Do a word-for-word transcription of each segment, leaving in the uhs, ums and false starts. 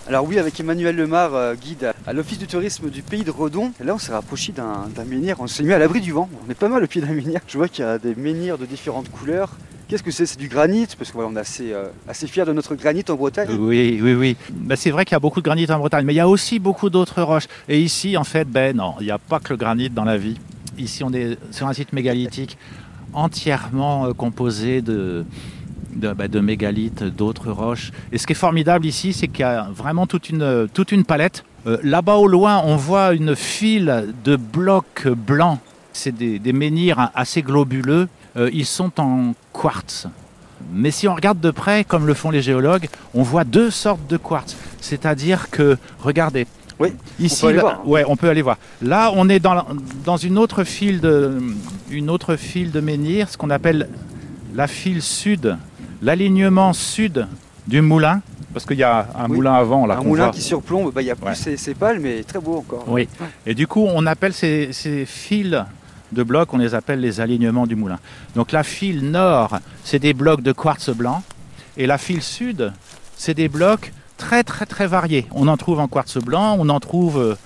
Alors oui, avec Emmanuel Lemar, euh, guide à l'Office du tourisme du pays de Redon. Et là, on s'est rapproché d'un d'un menhir, on s'est mis à l'abri du vent. On est pas mal au pied d'un menhir. Je vois qu'il y a des menhirs de différentes couleurs. Qu'est-ce que c'est? C'est du granit, parce qu'on voilà, est assez, euh, assez fiers de notre granit en Bretagne. Oui, oui, oui. Ben, c'est vrai qu'il y a beaucoup de granit en Bretagne, mais il y a aussi beaucoup d'autres roches. Et ici, en fait, ben non, il n'y a pas que le granit dans la vie. Ici, on est sur un site mégalithique entièrement euh, composé de... De, bah, de mégalithes, d'autres roches. Et ce qui est formidable ici, c'est qu'il y a vraiment toute une, toute une palette. Euh, là-bas au loin, on voit une file de blocs blancs. C'est des, des menhirs assez globuleux. Euh, ils sont en quartz. Mais si on regarde de près, comme le font les géologues, on voit deux sortes de quartz. C'est-à-dire que, regardez, oui, ici, on peut aller là, voir. Ouais, on peut aller voir. Là, on est dans, dans une autre file de, une autre file de menhirs, ce qu'on appelle la file sud. L'alignement sud du moulin, parce qu'il y a un oui, moulin avant. Là, un moulin voit. Qui surplombe, bah, il n'y a plus ouais. ces, ces pales, mais très beau encore. Oui, ouais. Et du coup, on appelle ces, ces fils de blocs, on les appelle les alignements du moulin. Donc la file nord, c'est des blocs de quartz blanc, et la file sud, c'est des blocs très très très variés. On en trouve en quartz blanc, on en trouve euh,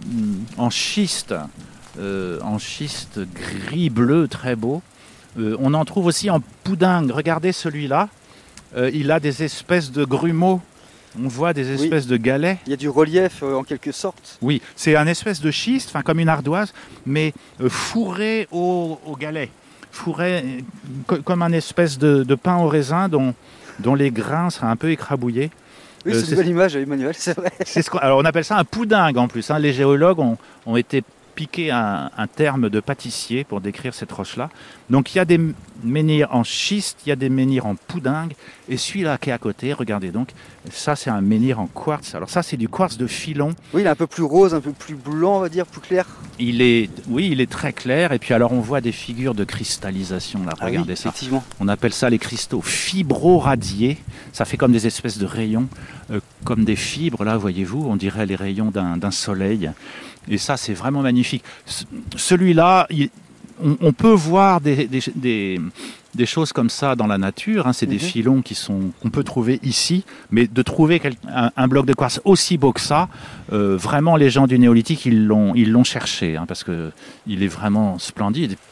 en schiste, euh, en schiste gris-bleu, très beau. Euh, on en trouve aussi en poudingue. Regardez celui-là. Euh, il a des espèces de grumeaux. On voit des espèces oui. de galets. Il y a du relief euh, en quelque sorte. Oui, c'est un espèce de schiste, enfin comme une ardoise, mais euh, fourré au, au galet. Fourré euh, co- comme un espèce de, de pain au raisin dont, dont les grains seraient un peu écrabouillés. Oui, euh, c'est une belle image, Emmanuel, c'est vrai. C'est ce qu'on, alors on appelle ça un poudingue en plus. Hein. Les géologues ont, ont été piquer un, un terme de pâtissier pour décrire cette roche-là. Donc il y a des menhirs en schiste, il y a des menhirs en poudingue, et celui-là qui est à côté, regardez donc, ça c'est un menhir en quartz. Alors ça c'est du quartz de Filon. Oui, il est un peu plus rose, un peu plus blanc, on va dire, plus clair. Il est, oui, il est très clair, et puis alors on voit des figures de cristallisation, là, ah regardez oui, ça. Effectivement. On appelle ça les cristaux fibroradiés, ça fait comme des espèces de rayons, euh, comme des fibres, là voyez-vous, on dirait les rayons d'un, d'un soleil. Et ça, c'est vraiment magnifique. Celui-là, il, on, on peut voir des, des, des, des choses comme ça dans la nature. Hein. C'est mm-hmm. des filons qui sont, qu'on peut trouver ici. Mais de trouver quel, un, un bloc de quartz aussi beau que ça, euh, vraiment, les gens du néolithique, ils l'ont, ils l'ont cherché. Hein, parce qu'il est vraiment splendide.